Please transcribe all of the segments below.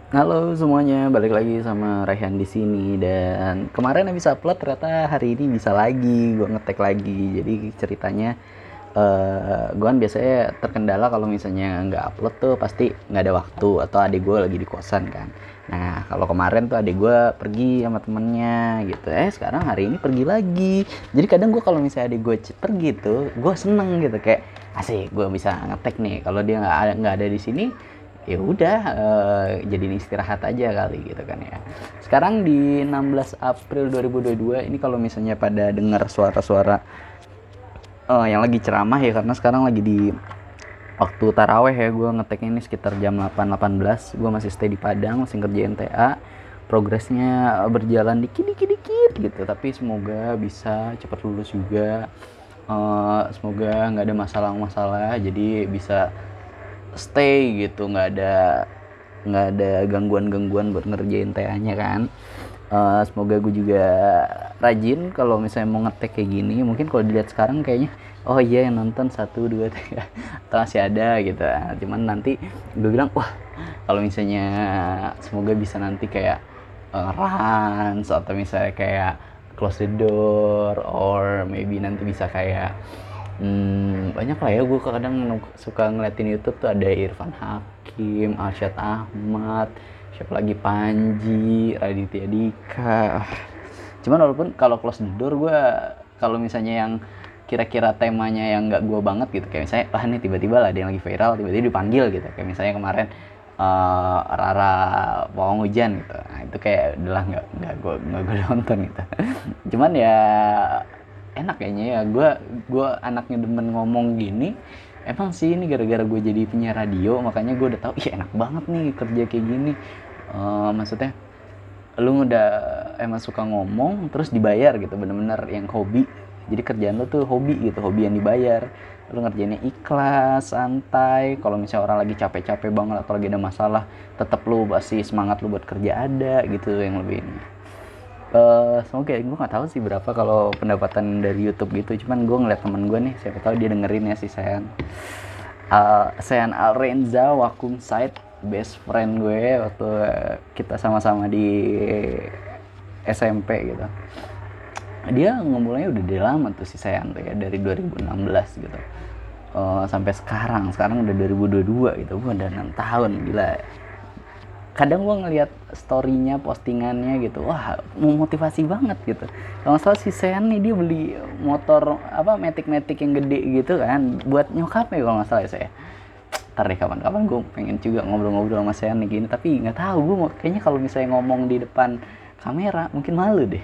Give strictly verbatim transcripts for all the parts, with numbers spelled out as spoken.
Halo semuanya, balik lagi sama Raihan di sini. Dan kemarin habis upload, ternyata hari ini bisa lagi gue ngetek lagi. Jadi ceritanya uh, gue kan biasanya terkendala kalau misalnya nggak upload tuh pasti nggak ada waktu atau adik gue lagi di kosan kan. Nah kalau kemarin tuh adik gue pergi sama temennya gitu. Eh sekarang hari ini pergi lagi. Jadi kadang gue kalau misalnya adik gue pergi tuh gue seneng gitu, kayak asik gue bisa ngetek nih. Kalau dia nggak ada nggak ada di sini, ya udah, uh, jadiin istirahat aja kali gitu kan ya. Sekarang di enam belas April dua ribu dua puluh dua ini, kalau misalnya pada dengar suara-suara uh, yang lagi ceramah ya, karena sekarang lagi di waktu taraweh ya. Gue ngeteknya ini sekitar jam delapan delapan belas. Gue masih stay di Padang, masih ngerjain T A. Progresnya berjalan dikit-dikit-dikit gitu, tapi semoga bisa cepat lulus juga. Uh, semoga nggak ada masalah-masalah, jadi bisa stay gitu, nggak ada nggak ada gangguan-gangguan buat ngerjain T A-nya kan. Uh, semoga gue juga rajin kalau misalnya mau ngetek kayak gini. Mungkin kalau dilihat sekarang kayaknya oh iya yang nonton satu dua tiga atau masih ada gitu. Nah, cuman nanti gue bilang wah, kalau misalnya semoga bisa nanti kayak uh, runs atau misalnya kayak close the door, or maybe nanti bisa kayak Hmm, banyak lah ya. Gue kadang suka ngeliatin YouTube tuh, ada Irfan Hakim, Arsyad Ahmad, siapa lagi, Panji, Raditya Dika. Cuman walaupun kalau close the door, gue kalau misalnya yang kira-kira temanya yang nggak gue banget gitu, kayak misalnya ah nih tiba-tiba lah ada yang lagi viral, tiba-tiba dipanggil gitu, kayak misalnya kemarin uh, Rara Pawang Hujan gitu. Nah itu kayak udah nggak nggak gue nggak gue nonton gitu. Cuman ya enak kayaknya ya. Gue gue anaknya demen ngomong gini. Emang sih ini gara-gara gue jadi penyiar radio, makanya gue udah tahu iya enak banget nih kerja kayak gini. Uh, maksudnya lu udah emang suka ngomong terus dibayar gitu, bener-bener yang hobi. Jadi kerjaan lu tuh hobi gitu, hobi yang dibayar. Lu ngerjainnya ikhlas, santai. Kalau misalnya orang lagi capek-capek banget atau lagi ada masalah, tetap lu pasti semangat lu buat kerja ada gitu, yang lebih ini. Uh, semoga ya, gue nggak tahu sih berapa kalau pendapatan dari YouTube gitu. Cuman gue ngeliat temen gue nih, siapa tahu dia dengerin ya, si Sean. Uh, Sean Alrenza Wakum Side, best friend gue waktu kita sama-sama di S M P gitu. Dia ngomongnya udah dari lama tuh si Sean tuh ya, dari dua ribu enam belas gitu. Uh, sampai sekarang, sekarang udah dua ribu dua puluh dua gitu. Gue udah enam tahun, gila. Kadang gue ngeliat storynya, postingannya gitu, wah memotivasi banget gitu. Kalau nggak salah si Sean nih, dia beli motor apa, metik-metik yang gede gitu kan, buat nyokapnya kalau nggak salah ya. Saya ntar deh kapan-kapan gue pengen juga ngobrol-ngobrol sama Sean nih gini, tapi nggak tahu gue mau, kayaknya kalau misalnya ngomong di depan kamera mungkin malu deh.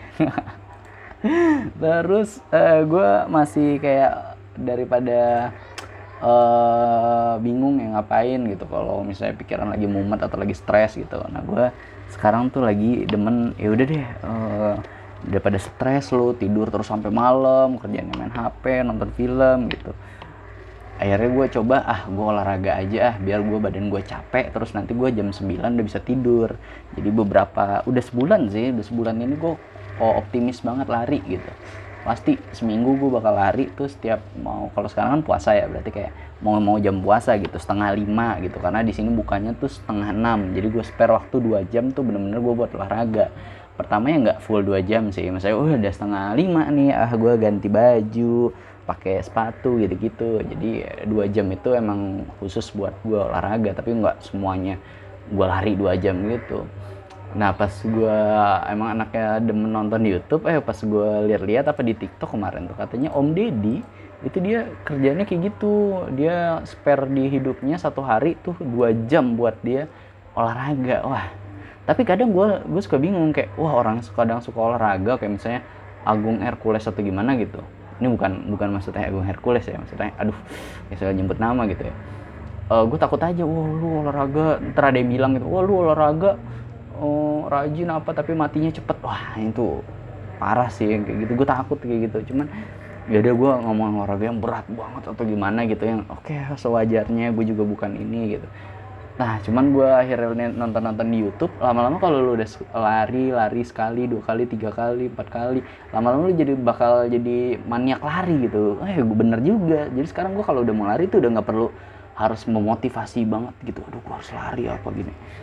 Terus uh, gue masih kayak daripada uh, bingung ya ngapain gitu kalau misalnya pikiran lagi mumet atau lagi stres gitu. Nah gue sekarang tuh lagi demen, ya udah deh, uh, daripada stres lo tidur terus sampai malam kerjanya main H P, nonton film gitu. Akhirnya gue coba, ah gue olahraga aja ah, biar gue badan gue capek, terus nanti gue jam sembilan udah bisa tidur. Jadi beberapa, udah sebulan sih, udah sebulan ini gue oh, optimis banget lari gitu. Pasti seminggu gue bakal lari tuh setiap mau, kalau sekarang kan puasa ya, berarti kayak mau mau jam puasa gitu, setengah lima gitu, karena di sini bukanya tuh setengah enam. Jadi gue spare waktu dua jam tuh bener-bener gue buat olahraga. Pertama ya nggak full dua jam sih, misalnya oh udah setengah lima nih, ah gue ganti baju, pakai sepatu gitu-gitu. Jadi dua jam itu emang khusus buat gue olahraga, tapi nggak semuanya gue lari dua jam gitu. Nah pas gue emang anaknya demen nonton di YouTube, eh pas gue lihat-lihat apa di TikTok kemarin tuh, katanya Om Deddy itu dia kerjanya kayak gitu. Dia spare di hidupnya satu hari tuh dua jam buat dia olahraga. Wah, tapi kadang gue gue suka bingung, kayak wah orang kadang suka olahraga kayak misalnya Agung Hercules atau gimana gitu. Ini bukan bukan maksudnya Agung Hercules ya, maksudnya aduh ya saya nyebut nama gitu ya. Uh, gue takut aja, wah lu olahraga ntar ada yang bilang gitu, wah lu olahraga oh, rajin apa tapi matinya cepet. Wah itu parah sih kayak gitu. Gue takut kayak gitu. Cuman ya udah, gue ngomong olahraga yang berat banget atau gimana gitu, yang oke okay, sewajarnya, gue juga bukan ini gitu. Nah cuman gue akhirnya nonton-nonton di YouTube, lama-lama kalau lu udah lari lari sekali, dua kali, tiga kali, empat kali, lama-lama lu jadi bakal jadi maniak lari gitu. Eh gue bener juga. Jadi sekarang gue kalau udah mau lari tuh udah nggak perlu harus memotivasi banget gitu, aduh gue harus lari apa gini.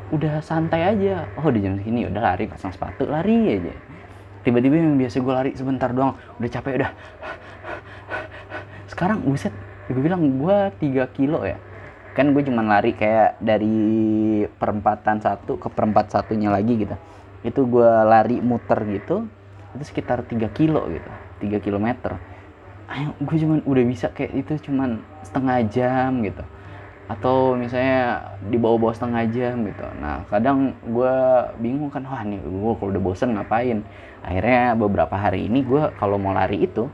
udah santai aja. Oh di jam segini udah lari, pasang sepatu lari aja. Tiba-tiba yang biasa gue lari sebentar doang udah capek, udah sekarang buset, gue bilang gue tiga kilo ya kan, gue cuma lari kayak dari perempatan satu ke perempat satunya lagi gitu, itu gue lari muter gitu, itu sekitar tiga kilo gitu, tiga kilometer. Ayo, gue cuman udah bisa kayak itu cuman setengah jam gitu, atau misalnya di bawah-bawah setengah jam gitu. Nah kadang gue bingung kan, wah nih gue kalau udah bosen ngapain. Akhirnya beberapa hari ini gue kalau mau lari itu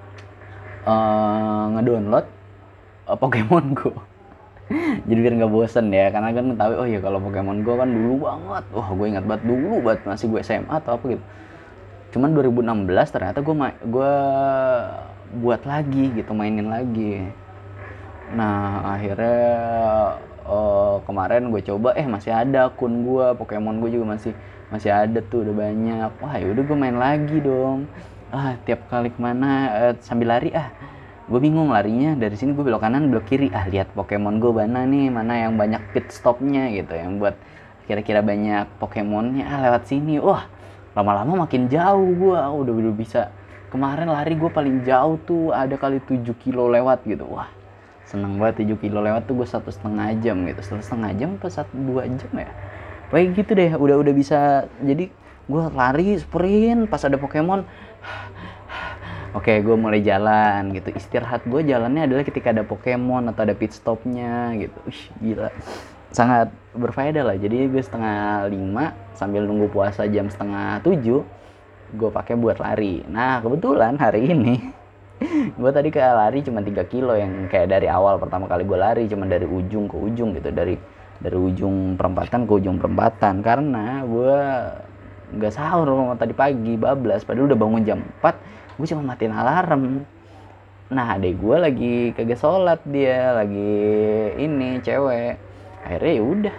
uh, ngedownload uh, Pokemon Go. Jadi biar nggak bosen ya, karena kan tahu oh ya kalau Pokemon Go kan dulu banget, wah gue ingat banget dulu banget masih gue S M A atau apa gitu. Cuman dua ribu enam belas ternyata gue ma- gue buat lagi gitu, mainin lagi. Nah akhirnya uh, kemarin gue coba, eh masih ada akun gue, Pokemon gue juga masih masih ada tuh, udah banyak. Wah yaudah gue main lagi dong. Ah tiap kali kemana uh, sambil lari, ah gue bingung larinya dari sini gue belok kanan belok kiri, ah lihat Pokemon Go mana nih, mana yang banyak pit stopnya gitu, yang buat kira-kira banyak Pokemonnya, ah lewat sini. Wah lama-lama makin jauh gue, ah, udah udah bisa. Kemarin lari gue paling jauh tuh ada kali tujuh kilo lewat gitu. Wah seneng banget, tujuh kilo lewat tuh gue satu setengah jam gitu, satu setengah jam atau satu dua jam ya, kayak gitu deh. Udah udah bisa. Jadi gue lari sprint pas ada Pokemon. Oke, gue mulai jalan gitu. Istirahat gue jalannya adalah ketika ada Pokemon atau ada pit stopnya gitu. Wih, gila. Sangat berfaedah lah. Jadi gue setengah lima sambil nunggu puasa jam setengah tujuh, gue pakai buat lari. Nah, kebetulan hari ini gue tadi kayak lari cuma tiga kilo, yang kayak dari awal pertama kali gue lari cuma dari ujung ke ujung gitu, dari dari ujung perempatan ke ujung perempatan, karena gue nggak sahur tadi pagi, bablas, padahal udah bangun jam empat, gue cuma matiin alarm. Nah adek gue lagi kagak sholat, dia lagi ini cewek, akhirnya ya udah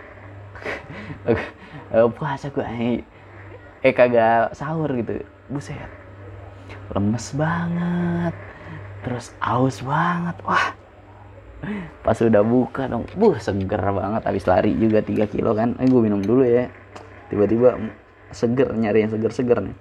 puasa gue eh kagak sahur gitu. Buset, lemes banget, terus aus banget. Wah pas udah buka dong, buh seger banget. Habis lari juga tiga kilo kan, eh gue minum dulu ya, tiba-tiba seger, nyari yang seger-seger nih.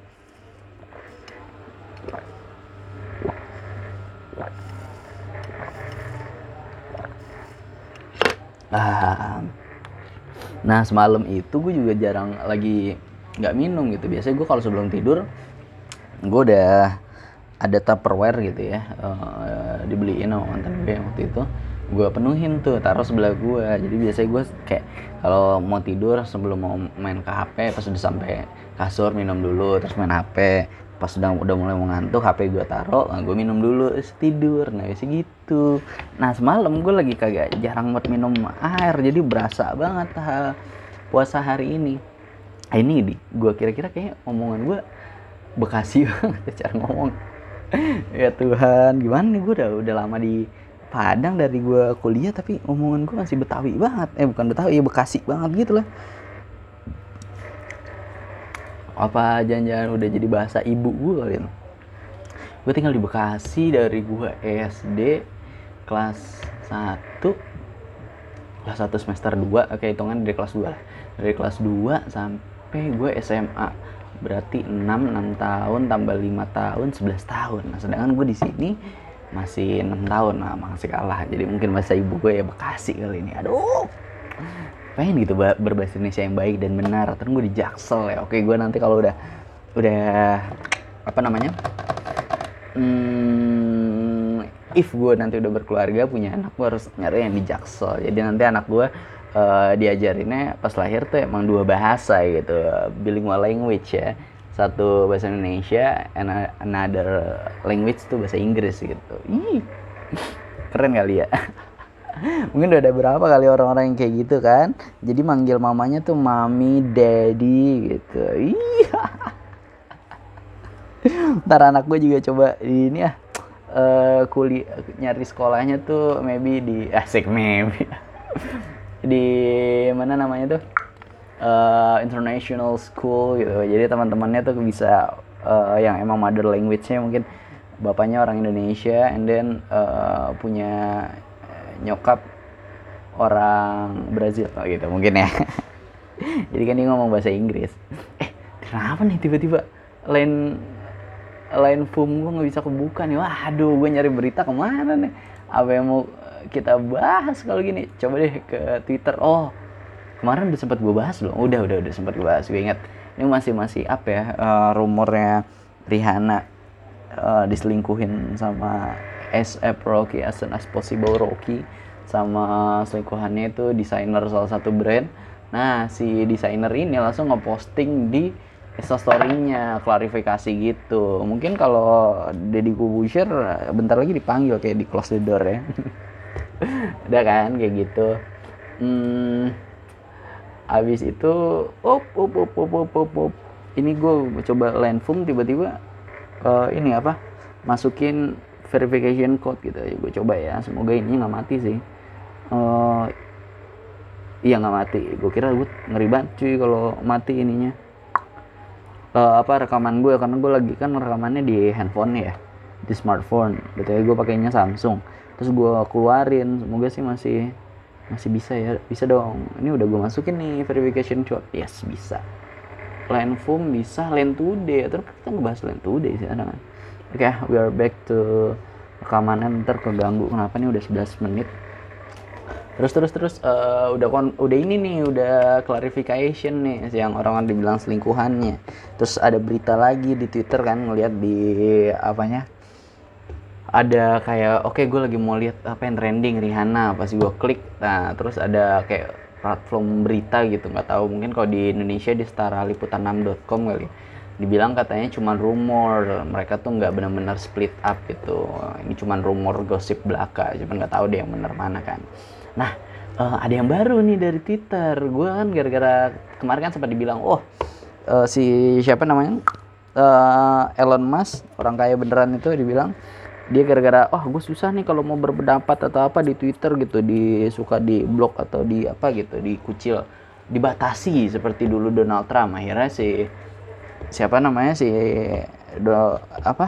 Ah, nah semalam itu gue juga jarang lagi nggak minum gitu. Biasanya gue kalau sebelum tidur gue udah ada Tupperware gitu ya, uh, dibeliin sama mantan gue waktu itu, gue penuhin tuh, taruh sebelah gue. Jadi biasanya gue kayak kalau mau tidur sebelum mau main ke H P, pas udah sampai kasur minum dulu, terus main H P. Pas udah udah mulai mau ngantuk, H P gue taruh, nah gue minum dulu, terus tidur. Nah biasanya gitu. Nah semalam gue lagi kagak jarang buat minum air, jadi berasa banget ha, puasa hari ini. Nah, ini gue kira-kira kayak omongan gue Bekasi banget cara ngomong. Ya Tuhan, gimana nih, gue udah udah lama di Padang dari gue kuliah, tapi omongan gue masih Betawi banget. Eh bukan Betawi, ya Bekasi banget gitu lah. Apa jangan-jangan udah jadi bahasa ibu gue kali ya. Gue tinggal di Bekasi dari gue S D kelas satu, kelas satu semester dua, oke hitungan dari kelas dua lah. Dari kelas dua sampai gue S M A. Berarti enam, enam tahun tambah lima tahun, sebelas tahun. Nah, sedangkan gue di sini masih enam tahun. Nah, masih kalah. Jadi mungkin bahasa ibu gue ya Bekasi kali ini. Aduh. Pengen gitu berbahasa Indonesia yang baik dan benar. Terus gue di Jaksel ya. Oke, gue nanti kalau udah udah apa namanya? Hmm, if gue nanti udah berkeluarga, punya anak, gue harus nyari yang di Jaksel. Jadi nanti anak gue Uh, diajarinnya pas lahir tuh emang dua bahasa gitu, bilingual language ya, satu bahasa Indonesia, and another language tuh bahasa Inggris gitu. Ih, keren kali ya. Mungkin udah ada berapa kali orang-orang yang kayak gitu kan, jadi manggil mamanya tuh mami, daddy gitu. Ih. Ntar anak gue juga coba ini ya, uh, kuliah nyari sekolahnya tuh maybe di asik maybe di mana namanya tuh, uh, international school gitu. Jadi teman-temannya tuh bisa uh, yang emang mother language-nya mungkin bapaknya orang Indonesia, and then uh, punya nyokap orang Brazil oh gitu mungkin ya. Jadi kan dia ngomong bahasa Inggris. Eh, kenapa nih tiba-tiba line line form gue nggak bisa kebuka nih? Wah, aduh, gue nyari berita kemana nih? Apa yang mau kita bahas kalau gini? Coba deh ke Twitter. Oh, kemarin udah sempat gue bahas loh. Udah, udah, udah sempat gue bahas. Gue ingat. Ini masih masih apa ya? Uh, rumornya Rihanna uh, diselingkuhin sama A$ap Rocky, as soon as possible Rocky, sama selingkuhannya itu desainer salah satu brand. Nah, si desainer ini langsung ngeposting di Instastory-nya klarifikasi gitu. Mungkin kalau Deddy Corbuzier bentar lagi dipanggil kayak di Close the Door ya. Udah kan kayak gitu. Hmm, abis itu, op, op, op, op, op, op, op. Ini gue coba Landform tiba-tiba uh, ini apa? Masukin verification code gitu. Ya, gue coba ya. Semoga ini nggak mati sih. Uh, iya nggak mati. Gue kira gue ngeri banget cuy kalau mati ininya. Uh, apa rekaman gue karena gue lagi kan rekamannya di handphone ya, di smartphone. Betul ya, gue pakainya Samsung. Terus gue keluarin. Semoga sih masih masih bisa ya, bisa dong. Ini udah gue masukin nih verification code. Yes, bisa. Landform bisa, Land Today. Terus kita ngebahas Land Today sih ada kan. Oke, okay, we are back to rekamannya. Ntar keganggu kenapa nih udah sebelas menit. Terus terus terus uh, udah kon udah ini nih, udah clarification nih yang orang-orang dibilang selingkuhannya. Terus ada berita lagi di Twitter kan, ngeliat di apanya? Ada kayak oke okay, gue lagi mau lihat apa yang trending Rihanna, pasti gue klik. Nah, terus ada kayak platform berita gitu, nggak tahu mungkin kalau di Indonesia di setara liputan enam dot com kali. Dibilang katanya cuma rumor, mereka tuh nggak benar-benar split up gitu. Ini cuma rumor gosip belaka, cuma nggak tahu deh yang benar mana kan. Nah, uh, ada yang baru nih dari Twitter. Gue kan gara-gara kemarin kan sempat dibilang, oh uh, si siapa namanya uh, Elon Musk, orang kaya beneran itu dibilang dia gara-gara, oh gue susah nih kalau mau berpendapat atau apa di Twitter gitu, di suka di blok atau di apa gitu, dikucil, dibatasi seperti dulu Donald Trump. Akhirnya si siapa namanya si do, apa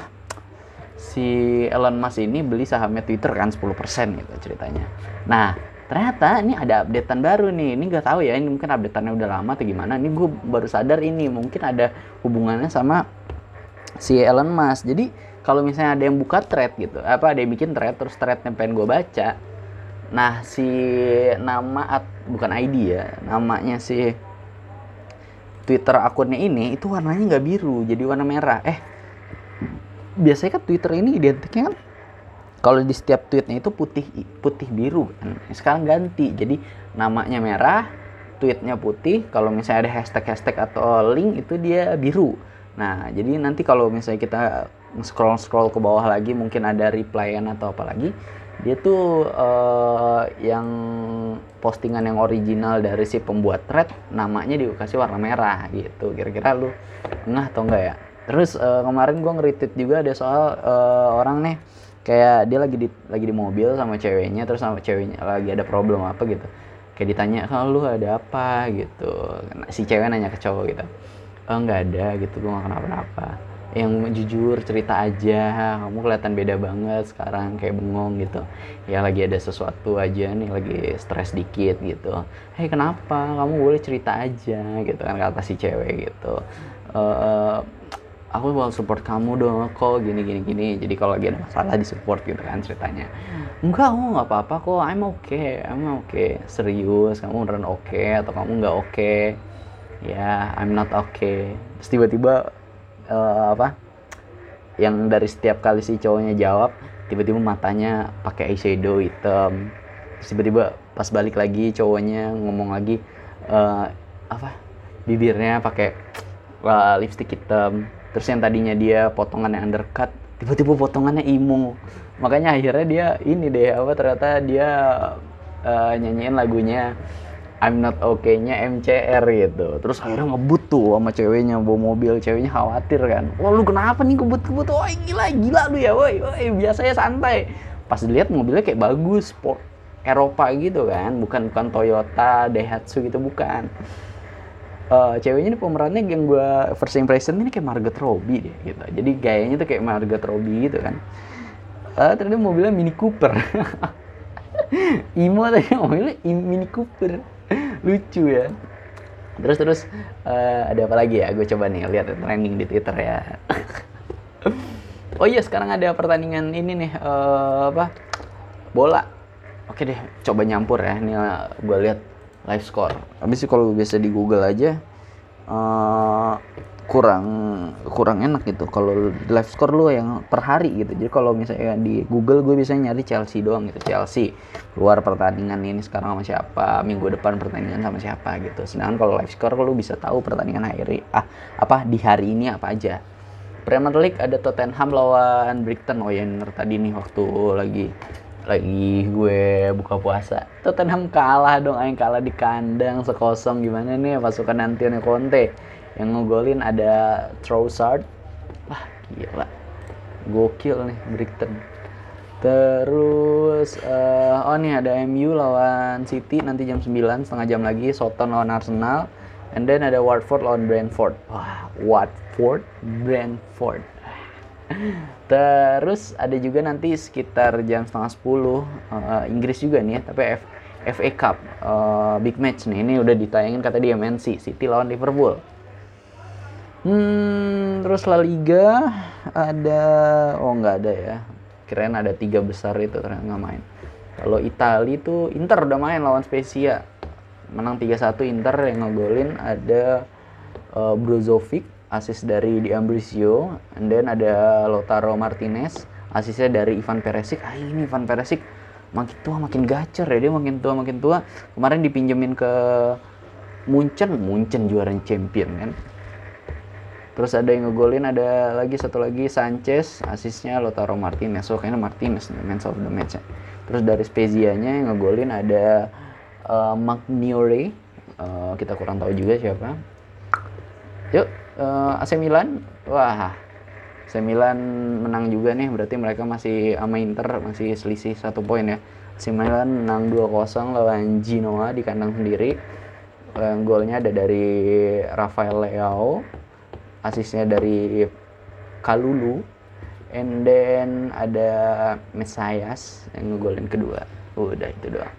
si Elon Musk ini beli sahamnya Twitter kan sepuluh persen gitu ceritanya. Nah, ternyata ini ada updatean baru nih. Ini nggak tahu ya, ini mungkin updateannya udah lama atau gimana. Ini gue baru sadar ini mungkin ada hubungannya sama si Elon Musk. Jadi kalau misalnya ada yang buka thread gitu, apa ada yang bikin thread terus threadnya pengen gue baca. Nah, si nama bukan I D ya, namanya si Twitter akunnya ini itu warnanya nggak biru, jadi warna merah. Eh, biasanya kan Twitter ini identiknya kan kalau di setiap tweetnya itu putih putih biru kan. Sekarang ganti, jadi namanya merah, tweetnya putih. Kalau misalnya ada hashtag-hashtag atau link itu dia biru. Nah, jadi nanti kalau misalnya kita scroll-scroll ke bawah lagi, mungkin ada replyan atau apa lagi, dia tuh uh, yang postingan yang original dari si pembuat thread namanya dikasih warna merah gitu. Kira-kira lu ngeh atau enggak ya? Terus uh, kemarin gue nge-retweet juga ada soal uh, orang nih kayak dia lagi di lagi di mobil sama ceweknya, terus sama ceweknya lagi ada problem apa gitu. Kayak ditanya, "Kalau lu ada apa?" gitu. Si cewek nanya ke cowok gitu. "Oh, enggak ada gitu, gue enggak kenapa-napa. Yang jujur cerita aja, kamu kelihatan beda banget sekarang, kayak bengong gitu. Ya lagi ada sesuatu aja nih, lagi stres dikit gitu. Hei, kenapa? Kamu boleh cerita aja gitu kan," kata si cewek gitu. Uh, aku mau support kamu dong kok gini gini gini, jadi kalau lagi ada masalah di support gitu kan ceritanya. Enggak, kamu nggak apa-apa kok, I'm okay, I'm okay. Serius, kamu beneran oke okay, atau kamu nggak oke? Okay? Ya, I'm not okay. Terus tiba-tiba uh, apa yang dari setiap kali si cowoknya jawab, tiba-tiba matanya pakai eyeshadow hitam. Terus tiba-tiba pas balik lagi cowoknya ngomong lagi, uh, apa bibirnya pakai uh, lipstick hitam. Terus yang tadinya dia potongannya undercut, tiba-tiba potongannya emo. Makanya akhirnya dia ini deh apa ternyata dia uh, nyanyiin lagunya I'm Not Okay-nya M C R gitu. Terus akhirnya ngebut tuh sama ceweknya, bawa mobil, ceweknya khawatir kan. Wah, lu kenapa nih ngebut-ngebut? Wah, gila, gila lu ya, woi. Woi, biasanya santai. Pas dilihat mobilnya kayak bagus, sport Eropa gitu kan, bukan bukan Toyota, Daihatsu gitu, bukan. Uh, ceweknya ini pemerannya yang gue first impression ini kayak Margot Robbie deh gitu. Jadi gayanya tuh kayak Margot Robbie gitu kan. Uh, ternyata mobilnya Mini Cooper. Imo tadi mobilnya Mini Cooper. Lucu ya. Terus terus eh, ada apa lagi ya? Gue coba nih lihat trending di Twitter ya. Oh iya, sekarang ada pertandingan ini nih, eh, apa? Bola. Oke deh, coba nyampur ya. Ini gue lihat live score. Habis itu kalau biasa di Google aja uh, kurang kurang enak gitu. Kalau live score lu yang per hari gitu. Jadi kalau misalnya di Google gue biasanya nyari Chelsea doang gitu. Chelsea keluar pertandingan ini sekarang sama siapa, minggu depan pertandingan sama siapa gitu. Sedangkan kalau live score lu bisa tahu pertandingan hari ah apa di hari ini apa aja. Premier League ada Tottenham lawan Brighton. Oh ya, bener tadi nih waktu lagi lagi gue buka puasa. Tottenham kalah dong, aing kalah di kandang sekosong. Gimana nih pasukan Antonio Conte? Yang ngegolin ada Trossard. Wah, gila. Gokil nih Brighton. Terus uh, oh nih ada M U lawan City nanti jam sembilan, setengah jam lagi. Southampton lawan Arsenal. And then ada Watford lawan Brentford. Wah, Watford, Brentford. Terus ada juga nanti sekitar jam setengah sepuluh uh, Inggris juga nih ya, tapi F, FA Cup uh, big match nih. Ini udah ditayangin kata di M N C, City lawan Liverpool. Hmm, terus La Liga ada, oh nggak ada ya. Kirain ada tiga besar itu, ternyata nggak main. Kalau Italia tuh Inter udah main lawan Spezia, menang tiga satu Inter. Yang ngegolin ada uh, Brozovic, asis dari Di Ambrosio, and then ada Lautaro Martinez, asisnya dari Ivan Perisic. Ah ini Ivan Perisic makin tua makin gacor ya, dia makin tua makin tua. Kemarin dipinjemin ke Munchen, Munchen juara champion kan. Terus ada yang ngegolin, ada lagi satu lagi Sanchez, asisnya Lautaro Martinez. So kayaknya Martinez nih, man of the match ya. Terus dari Spezia-nya yang ngegolin ada uh, Magniore, uh, kita kurang tahu juga siapa. Yuk, uh, A C Milan. Wah, A C Milan menang juga nih, berarti mereka masih sama Inter masih selisih satu poin ya. A C Milan menang dua kosong lawan Genoa di kandang sendiri. Uh, golnya ada dari Rafael Leao, asisnya dari Kalulu, and then ada Mesias yang ngegolin kedua. Udah itu doang.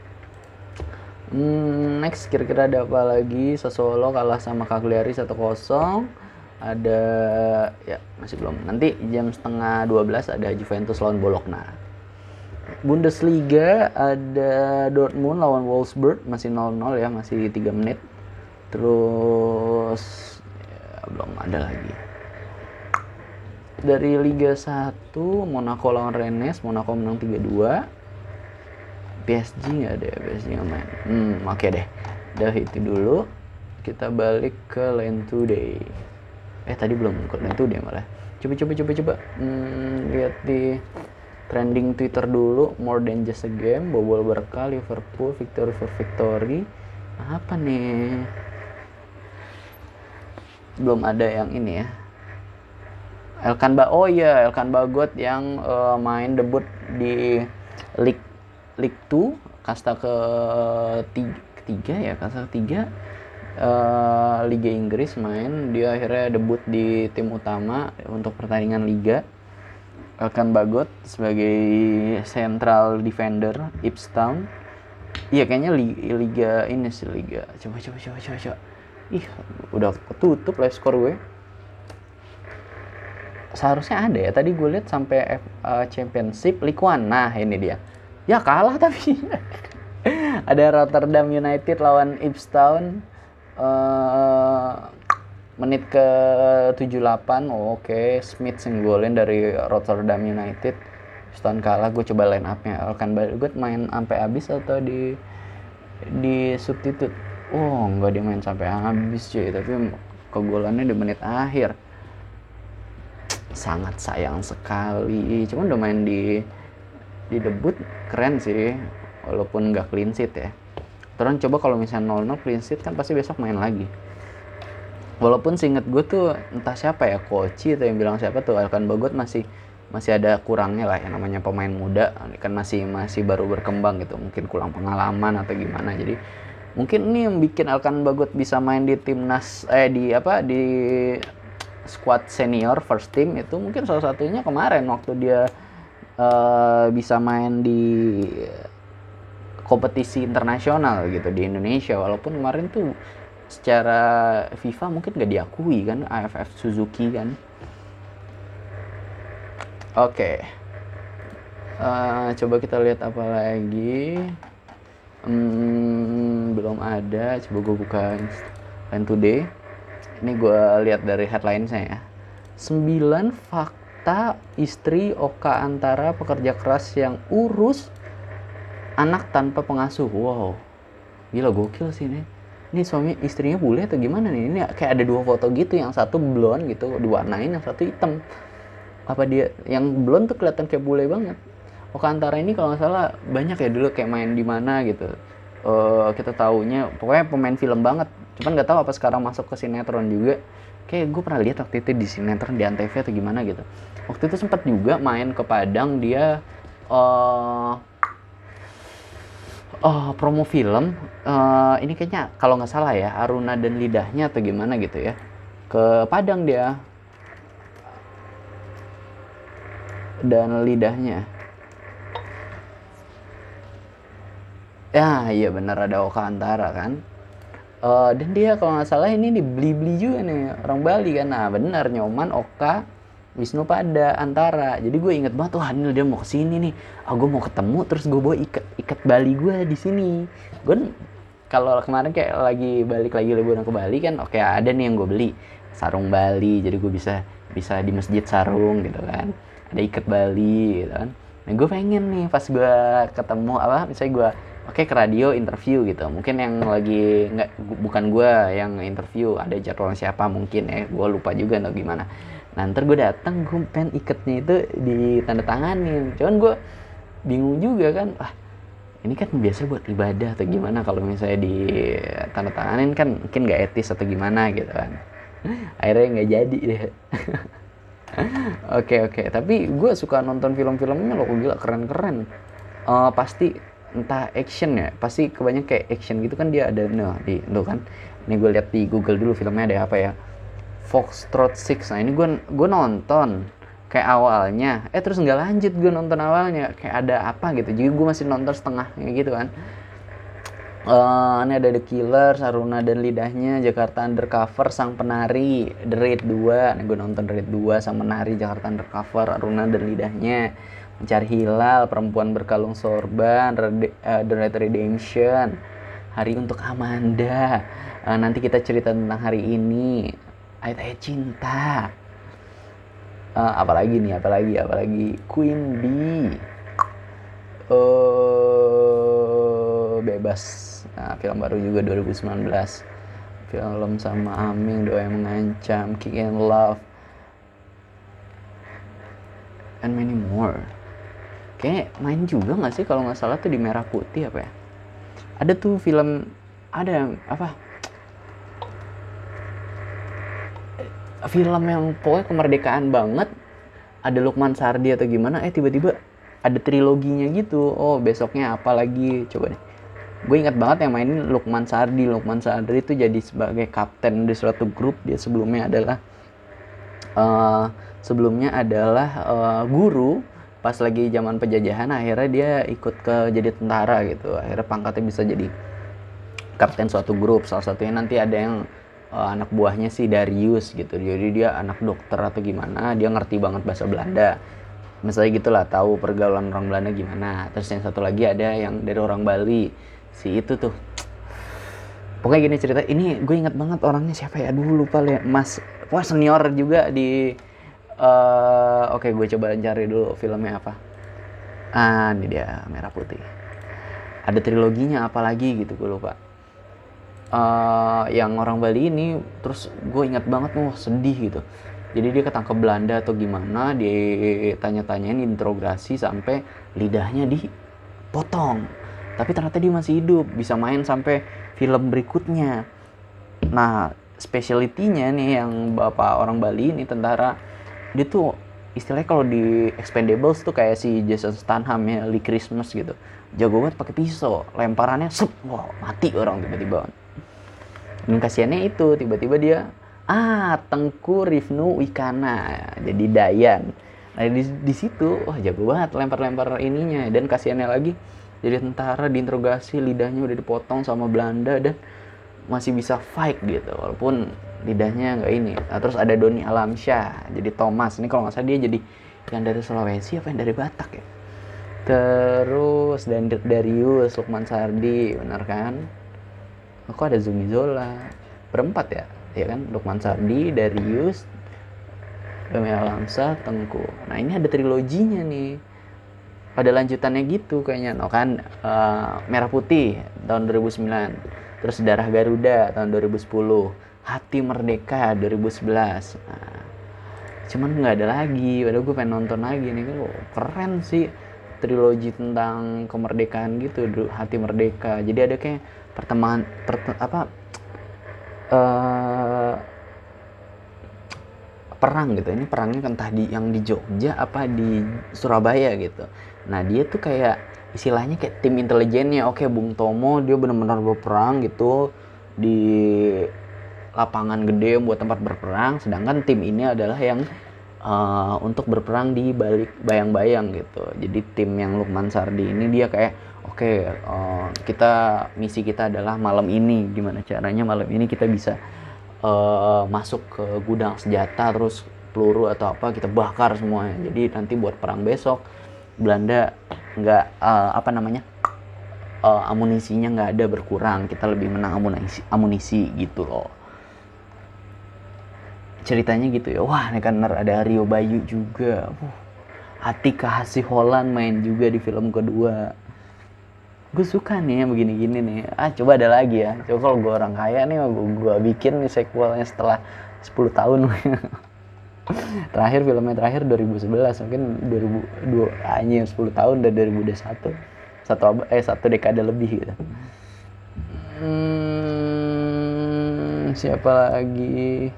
Hmm, next kira-kira ada apa lagi? Sassuolo kalah sama Cagliari satu kosong. Ada ya masih belum. Nanti jam setengah dua belas ada Juventus lawan Bologna. Bundesliga ada Dortmund lawan Wolfsburg, masih nol nol ya, masih tiga menit. Terus ya, belum ada lagi. Dari Liga satu Monaco lawan Rennes, Monaco menang tiga dua. P S G nggak ada, P S G nggak main. Hmm, oke okay deh. Udah itu dulu. Kita balik ke Line Today. Eh tadi belum ke Line Today malah. Coba coba coba coba. Hmm, lihat di trending Twitter dulu. More than just a game. Bobol berkah Liverpool victory for victory. Apa nih? Belum ada yang ini ya. Elkan Ba, oh iya Elkan Bagot yang uh, main debut di League League dua kasta ke ketiga ya, kasta ketiga uh, Liga Inggris main. Dia akhirnya debut di tim utama untuk pertandingan Liga. Elkan Bagot sebagai central defender Ipswich Town. Iya kayaknya Liga, Liga ini sih Liga. Coba coba coba coba coba. Ih, udah ketutup live score gue. Seharusnya ada ya. Tadi gue lihat sampai F, uh, Championship League One. Nah, ini dia. Ya kalah tapi. Ada Rotterdam United lawan Ipswich Town. Uh, menit ke tujuh puluh delapan. Oh, oke, okay. Smith yang golin dari Rotterdam United. Ipswich Town kalah. Gue coba line up-nya. Elkan Bagot main sampai habis atau di di substitute? Oh, enggak, dia main sampai habis cuy. Tapi kegolannya di menit akhir. Sangat sayang sekali. Cuman udah main di di debut keren sih, walaupun nggak clean sheet ya. Terus coba kalau misalnya nol nol clean sheet kan pasti besok main lagi. Walaupun seinget gue tuh entah siapa ya, Koci atau yang bilang siapa tuh, Elkan Bagot masih masih ada kurangnya lah ya, namanya pemain muda kan masih masih baru berkembang gitu, mungkin kurang pengalaman atau gimana. Jadi mungkin ini yang bikin Elkan Bagot bisa main di timnas eh di apa di squad senior first team itu mungkin salah satunya kemarin waktu dia uh, bisa main di kompetisi internasional gitu di Indonesia. Walaupun kemarin tuh secara FIFA mungkin nggak diakui kan, A F F Suzuki kan. Oke, okay. uh, coba kita lihat apa lagi. Hmm, belum ada. Coba gue buka Line Today. Ini gue lihat dari headline-nya ya. sembilan fakta istri Oka Antara pekerja keras yang urus anak tanpa pengasuh. Wow, gila gokil sih ini. Ini suami istrinya bule atau gimana nih? Ini kayak ada dua foto gitu, yang satu blonde gitu diwarnain, yang satu hitam. Apa dia yang blonde tuh kelihatan kayak bule banget. Oka Antara ini kalau nggak salah banyak ya dulu kayak main di mana gitu. Uh, kita taunya pokoknya pemain film banget. Cuman nggak tahu apa sekarang masuk ke sinetron juga. Kayak gue pernah lihat waktu itu di sinetron di Antv atau gimana gitu. Waktu itu sempat juga main ke Padang, dia uh, uh, promo film. Uh, ini kayaknya kalau nggak salah ya Aruna dan Lidahnya atau gimana gitu ya. Ke Padang dia. Dan lidahnya. Ya, iya benar ada Oka Antara kan. Uh, dan dia kalau nggak salah ini dibeli-beli juga nih orang Bali kan. Nah benar, Nyoman, Oka, Wisnu Pada, Antara. Jadi gue inget banget, wah ini dia mau kesini nih. Ah gue mau ketemu, terus gue bawa ikat ikat Bali gue di sini. Gue kalau kemarin kayak lagi balik lagi liburan ke Bali kan, oke ada nih yang gue beli sarung Bali. Jadi gue bisa bisa di masjid sarung gitu kan. Ada ikat Bali gitu kan. Nah gue pengen nih pas gue ketemu apa, misalnya gue oke ke radio interview gitu, mungkin yang lagi nggak bukan gue yang interview, ada jadwal siapa mungkin ya, gue lupa juga atau gimana. Nah ntar gue datang, gue pengen ikatnya itu ditandatanganin, cuman gue bingung juga kan, ah ini kan biasa buat ibadah atau gimana, kalau misalnya ditandatanganin kan mungkin nggak etis atau gimana gitu kan. Akhirnya nggak jadi deh. Oke oke, tapi gue suka nonton film-filmnya loh, gila keren-keren. Uh, pasti entah action ya, pasti kebanyakan kayak action gitu kan dia ada, nah di tuh kan. Ini gue lihat di Google dulu filmnya ada apa ya. Foxtrot Six. Nah ini gue gue nonton kayak awalnya, eh terus nggak lanjut gue nonton awalnya, kayak ada apa gitu. Jadi gue masih nonton setengahnya gitu kan. Uh, ini ada The Killers, Aruna dan Lidahnya, Jakarta Undercover, Sang Penari, The Raid dua. Nah, gue nonton The Raid dua, Sang Penari, Jakarta Undercover, Aruna dan Lidahnya, Mencari Hilal, Perempuan Berkalung Sorban, Rede, uh, The Red Redemption, Hari Untuk Amanda. Uh, nanti kita cerita tentang hari ini. Ayat-ayat Cinta. Uh, apalagi nih, apalagi, apalagi Queen Bee. Uh, bebas. Nah, film baru juga dua ribu sembilan belas. Film sama Aming, Doa Yang Mengancam, Kick and Love, and many more. Kayak main juga nggak sih kalau nggak salah tuh di Merah Putih apa ya? Ada tuh film, ada apa? Film yang pokoknya kemerdekaan banget. Ada Lukman Sardi atau gimana? Eh tiba-tiba ada triloginya gitu. Oh besoknya apa lagi? Coba deh. Gue ingat banget yang mainin Lukman Sardi. Lukman Sardi itu jadi sebagai kapten di suatu grup. Dia sebelumnya adalah uh, sebelumnya adalah uh, guru. Pas lagi zaman penjajahan, akhirnya dia ikut ke jadi tentara gitu. Akhirnya pangkatnya bisa jadi kapten suatu grup. Salah satunya nanti ada yang uh, anak buahnya si Darius gitu. Jadi dia anak dokter atau gimana. Dia ngerti banget bahasa Belanda. Misalnya gitulah, tahu pergaulan orang Belanda gimana. Terus yang satu lagi ada yang dari orang Bali. Si itu tuh, pokoknya gini cerita, ini gue ingat banget orangnya siapa ya, dulu lupa ya, mas, wah senior juga di, uh, oke okay, gue coba cari dulu filmnya apa, ah ini dia Merah Putih, ada triloginya apa lagi gitu gue lupa, uh, yang orang Bali ini, terus gue ingat banget, wah sedih gitu, jadi dia ketangkep Belanda atau gimana, ditanya-tanyain, interogasi sampai lidahnya dipotong. Tapi ternyata dia masih hidup, bisa main sampai film berikutnya. Nah, speciality-nya nih yang bapak orang Bali ini tentara, dia tuh istilahnya kalau di Expendables tuh kayak si Jason Statham ya, Lee Christmas gitu. Jago banget pakai pisau, lemparannya sup, wah mati orang tiba-tiba. Dan kasihannya itu tiba-tiba dia ah Tengku Rifnu Wikana, jadi Dayan. Nah di di situ wah jago banget lempar-lempar ininya, dan kasihannya lagi jadi tentara diinterogasi, lidahnya udah dipotong sama Belanda, dan masih bisa fight gitu walaupun lidahnya nggak ini. Nah, terus ada Doni Alamsyah jadi Thomas, ini kalau nggak salah dia jadi yang dari Sulawesi apa yang dari Batak ya. Terus Dandir Darius, Lukman Sardi, benar kan? Aku ada Zumi Zola, berempat ya, ya kan? Lukman Sardi, Darius, Doni Alamsyah, Tengku. Nah ini ada triloginya nih. Pada lanjutannya gitu kayaknya, no kan? Uh, Merah Putih tahun dua ribu sembilan, terus Darah Garuda tahun dua ribu sepuluh, Hati Merdeka dua ribu sebelas. Nah, cuman nggak ada lagi, padahal gue pengen nonton lagi nih. Oh, keren sih trilogi tentang kemerdekaan gitu, Hati Merdeka. Jadi ada kayak pertemuan per, apa uh, perang gitu. Ini perangnya kan entah di yang di Jogja apa di Surabaya gitu. Nah dia tuh kayak istilahnya kayak tim intelijennya. Oke, Bung Tomo dia benar-benar berperang gitu di lapangan gede buat tempat berperang, sedangkan tim ini adalah yang uh, untuk berperang di balik bayang-bayang gitu. Jadi tim yang Lukman Sardi ini dia kayak oke, okay, uh, kita misi kita adalah malam ini, gimana caranya malam ini kita bisa uh, masuk ke gudang senjata, terus peluru atau apa kita bakar semuanya. Jadi nanti buat perang besok Belanda nggak uh, apa namanya uh, amunisinya nggak ada berkurang, kita lebih menang amunisi amunisi gitu loh. Ceritanya gitu ya. Wah, ini kan ada Rio Bayu juga. Uh, Atika Hasiholan main juga di film kedua. Gue suka nih yang begini-gini nih. Ah, coba ada lagi ya. Coba kalau gue orang kaya nih, gue, gue bikin nih sequelnya setelah sepuluh tahun. Terakhir filmnya terakhir dua ribu sebelas, mungkin dua ribu dua hanya sepuluh tahun dari dua ribu dua puluh satu. Satu eh satu dekade lebih gitu. Hmm, siapa lagi?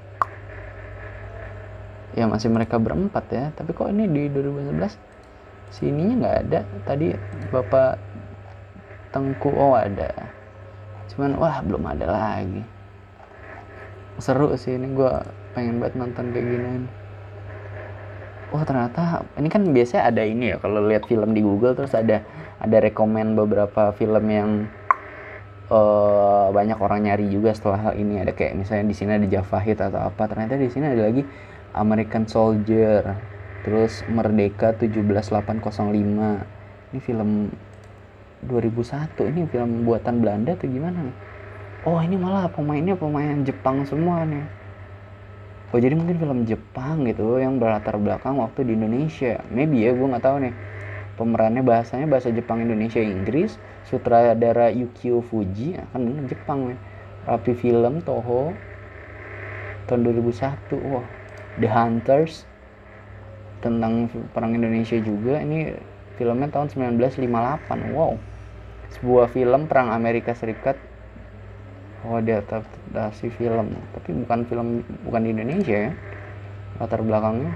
Ya masih mereka berempat ya, tapi kok ini di dua ribu sebelas sininya nggak ada. Tadi Bapak Tengku, oh ada, cuman wah belum ada lagi. Seru sih ini, gue pengen banget nonton kayak ginian. Oh ternyata ini kan biasanya ada ini ya, kalau lihat film di Google terus ada ada rekomen beberapa film yang uh, banyak orang nyari juga setelah ini. Ada kayak misalnya di sini ada Javahid atau apa, ternyata di sini ada lagi American Soldier, terus Merdeka tujuh belas delapan nol lima. Ini film dua ribu satu, ini film buatan Belanda atau gimana nih? Oh ini malah pemainnya pemain Jepang semua nih. Oh jadi mungkin film Jepang gitu yang berlatar belakang waktu di Indonesia. Maybe ya, gue nggak tahu nih. Pemerannya bahasanya bahasa Jepang, Indonesia, Inggris. Sutradara Yukio Fuji, kan bener Jepang nih. Rapi Film Toho tahun dua ribu satu. Wah, The Hunters tentang perang Indonesia juga. Ini filmnya tahun sembilan belas lima puluh delapan. Wow, sebuah film perang Amerika Serikat. Oh, dia adaptasi film, tapi bukan film, bukan di Indonesia ya latar belakangnya.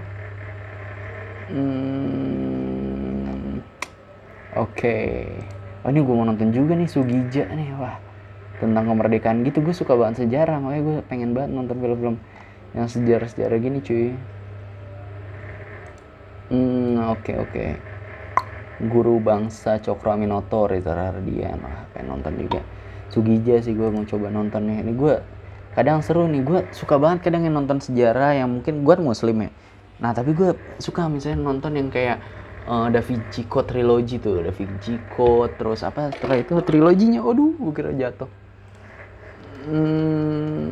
Hmm, oke okay. Oh ini gue mau nonton juga nih, Sugija nih. Wah, tentang kemerdekaan gitu, gue suka banget sejarah, makanya gue pengen banget nonton film-film yang sejarah-sejarah gini cuy. Hmm, oke okay, oke okay. Guru Bangsa Cokro Aminoto, Reza Rahardian. Wah, pengen nonton juga. Sugija sih gue mau coba nontonnya. Ini gue kadang seru nih, gue suka banget kadang yang nonton sejarah yang mungkin gue muslim ya. Nah tapi gue suka misalnya nonton yang kayak uh, Da Vinci Code trilogy tuh, Da Vinci Code, terus apa setelah itu triloginya, aduh gue kira jatuh. Hmm,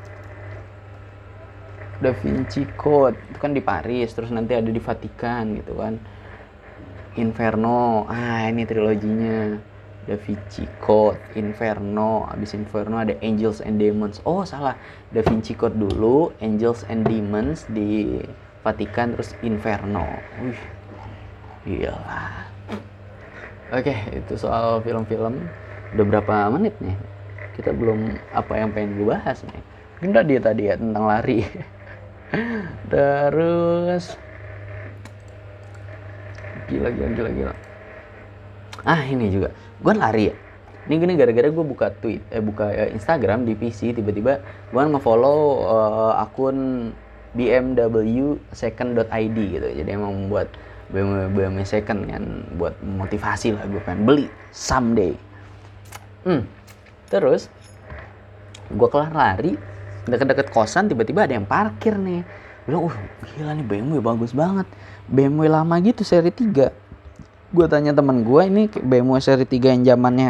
Da Vinci Code itu kan di Paris, terus nanti ada di Vatikan gitu kan. Inferno, ah ini triloginya. Da Vinci Code, Inferno, abis Inferno ada Angels and Demons. Oh salah, Da Vinci Code dulu, Angels and Demons di Vatikan, terus Inferno. Wih, iyalah. Oke, itu soal film-film. Udah berapa menit nih? Kita belum apa yang pengen gue bahas nih. Mungkin udah dia tadi ya tentang lari. Terus gila gila gila gila. Ah ini juga, gue lari ya. Ini gini gara-gara gue buka tweet, eh buka eh, Instagram di P C, tiba-tiba gue nge-follow uh, akun B M W second dot I D gitu. Jadi emang membuat B M W second kan, buat motivasi lah, gue pengen beli someday. Hmm. Terus Gue kelar lari deket-deket kosan, tiba-tiba ada yang parkir nih. Bilang, uh gila nih B M W bagus banget, B M W lama gitu seri tiga. Gue tanya temen gue, ini B M W seri tiga yang zamannya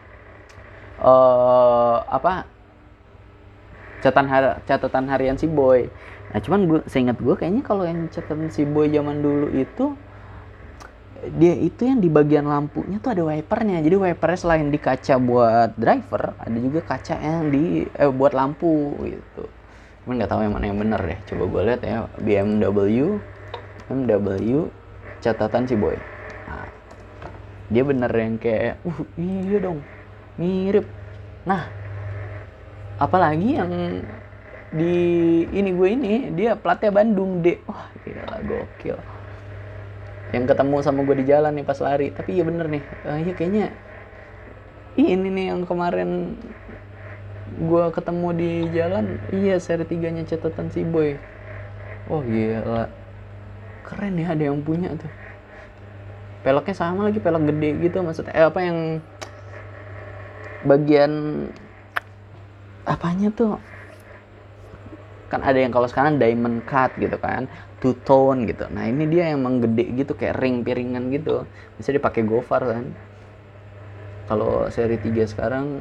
uh, apa catatan har- catatan harian si Boy. Nah cuman gue seingat gue kayaknya kalau yang catatan si Boy zaman dulu itu, dia itu yang di bagian lampunya tuh ada wipernya. Jadi wipernya selain di kaca buat driver, ada juga kaca yang di eh, buat lampu gitu. Cuman nggak tahu yang mana yang benar deh. Coba gue lihat ya, B M W B M W catatan si Boy. Nah, dia bener yang kayak, uh iya dong, mirip. Nah, apalagi yang di ini gue ini, dia platnya Bandung D. Wah gila, gokil. Yang ketemu sama gue di jalan nih pas lari. Tapi iya bener nih, uh, iya kayaknya ini nih yang kemarin gue ketemu di jalan. Iya seri tiganya catatan si Boy. Oh gila, keren ya, ada yang punya tuh. Peleknya sama lagi, pelek gede gitu maksudnya. Eh apa yang bagian apanya tuh, kan ada yang kalau sekarang diamond cut gitu kan, two tone gitu. Nah ini dia emang gede gitu, kayak ring piringan gitu, bisa dipakai gofar kan. Kalau seri tiga sekarang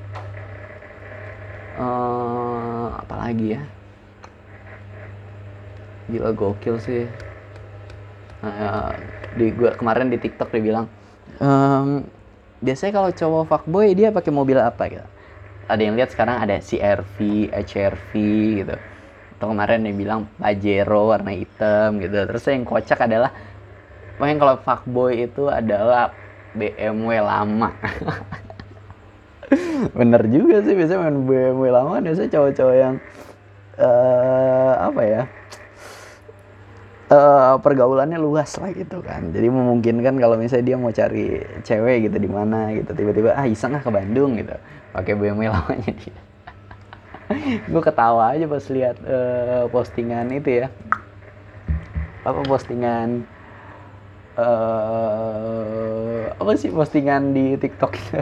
uh, apalagi ya, gila gokil sih. Nah, di gua kemarin di TikTok dia bilang, ehm, biasanya kalau cowok fuckboy dia pakai mobil apa gitu. Ada yang lihat sekarang ada C R V, H R V gitu. Atau kemarin dia bilang Pajero warna hitam gitu. Terus yang kocak adalah, pokoknya kalau fuckboy itu adalah B M W lama. Bener juga sih, biasanya main B M W lama biasanya cowok-cowok yang uh, apa ya, uh, pergaulannya luas lah gitu kan. Jadi memungkinkan kalau misalnya dia mau cari cewek gitu di mana gitu, tiba-tiba ah iseng ah ke Bandung gitu, pakai B M W lamanya dia. Gue ketawa aja pas lihat uh, postingan itu ya, apa postingan uh, apa sih postingan di TikTok itu.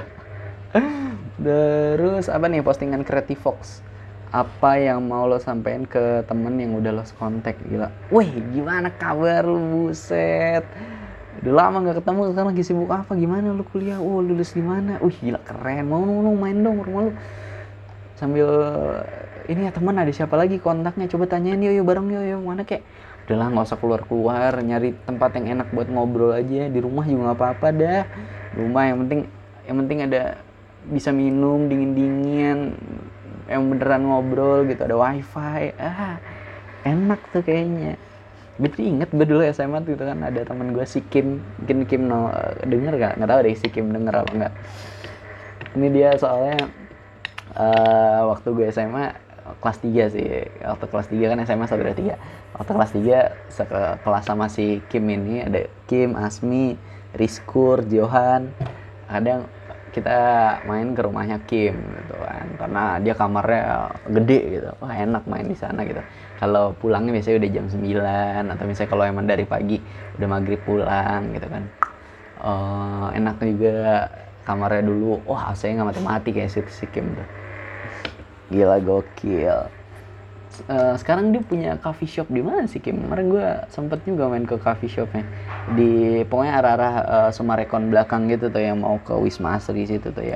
Terus apa nih, postingan Creative Fox, apa yang mau lo sampein ke temen yang udah lost contact. Gila, wih gimana kabar lu, buset udah lama gak ketemu, sekarang lagi sibuk apa, gimana lu kuliah, oh lulus di mana, wih gila keren, mau nung main dong rumah lu, sambil ini ya teman, ada siapa lagi kontaknya, coba tanyain yuk yuk bareng yuk yuk mana kek. Udahlah nggak usah keluar keluar, nyari tempat yang enak buat ngobrol aja di rumah juga nggak apa-apa dah. Rumah yang penting yang penting ada bisa minum dingin dingin, yang beneran ngobrol gitu, ada wifi, ah enak tuh kayaknya. Gue tuh inget gue dulu S M A tuh gitu kan, ada teman gue si Kim, mungkin Kim no, denger gak? Nggak tahu deh si Kim denger apa enggak. Ini dia soalnya uh, waktu gue S M A kelas tiga sih, waktu kelas tiga kan S M A satu dua tiga, waktu kelas tiga sekelas sama si Kim ini, ada Kim, Asmi, Rizkur, Johan. Kadang kita main ke rumahnya Kim gitu kan, karena dia kamarnya gede gitu, wah enak main di sana gitu. Kalau pulangnya biasanya udah jam sembilan, atau misalnya kalau emang dari pagi udah maghrib pulang gitu kan. Uh, enak juga kamarnya dulu, wah A C-nya nggak mati-mati kayak si, si Kim tuh. Gila gokil. Uh, sekarang dia punya coffee shop di mana sih Kim? Kemarin gue sempet juga main ke coffee shopnya di pokoknya arah-arah uh, Sumarekon belakang gitu tuh, yang mau ke Wisma Asri situ tuh ya.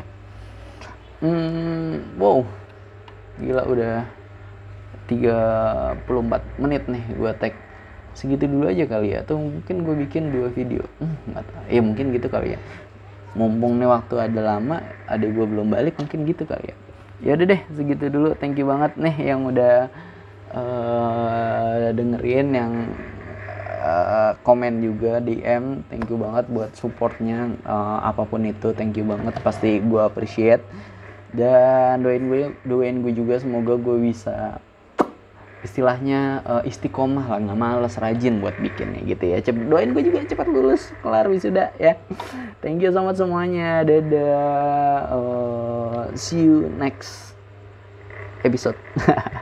Hmm, wow, gila udah tiga puluh empat menit nih gue tag. Segitu dulu aja kali ya, atau mungkin gue bikin dua video. Hmm, nggak tahu. Ya mungkin gitu kali ya. Mumpung nih waktu ada lama, adik gue belum balik, mungkin gitu kali ya. Ya udah deh, segitu dulu. Thank you banget nih yang udah uh, dengerin, yang uh, komen juga D M. Thank you banget buat supportnya, uh, apapun itu. Thank you banget, pasti gue appreciate. Dan doain gue, doain gue juga semoga gue bisa istilahnya uh, istiqomah lah, nggak malas, rajin buat bikinnya gitu ya. Cep- doain gue juga cepat lulus, kelar wisuda ya. Thank you so much semuanya, dadah, uh, see you next episode.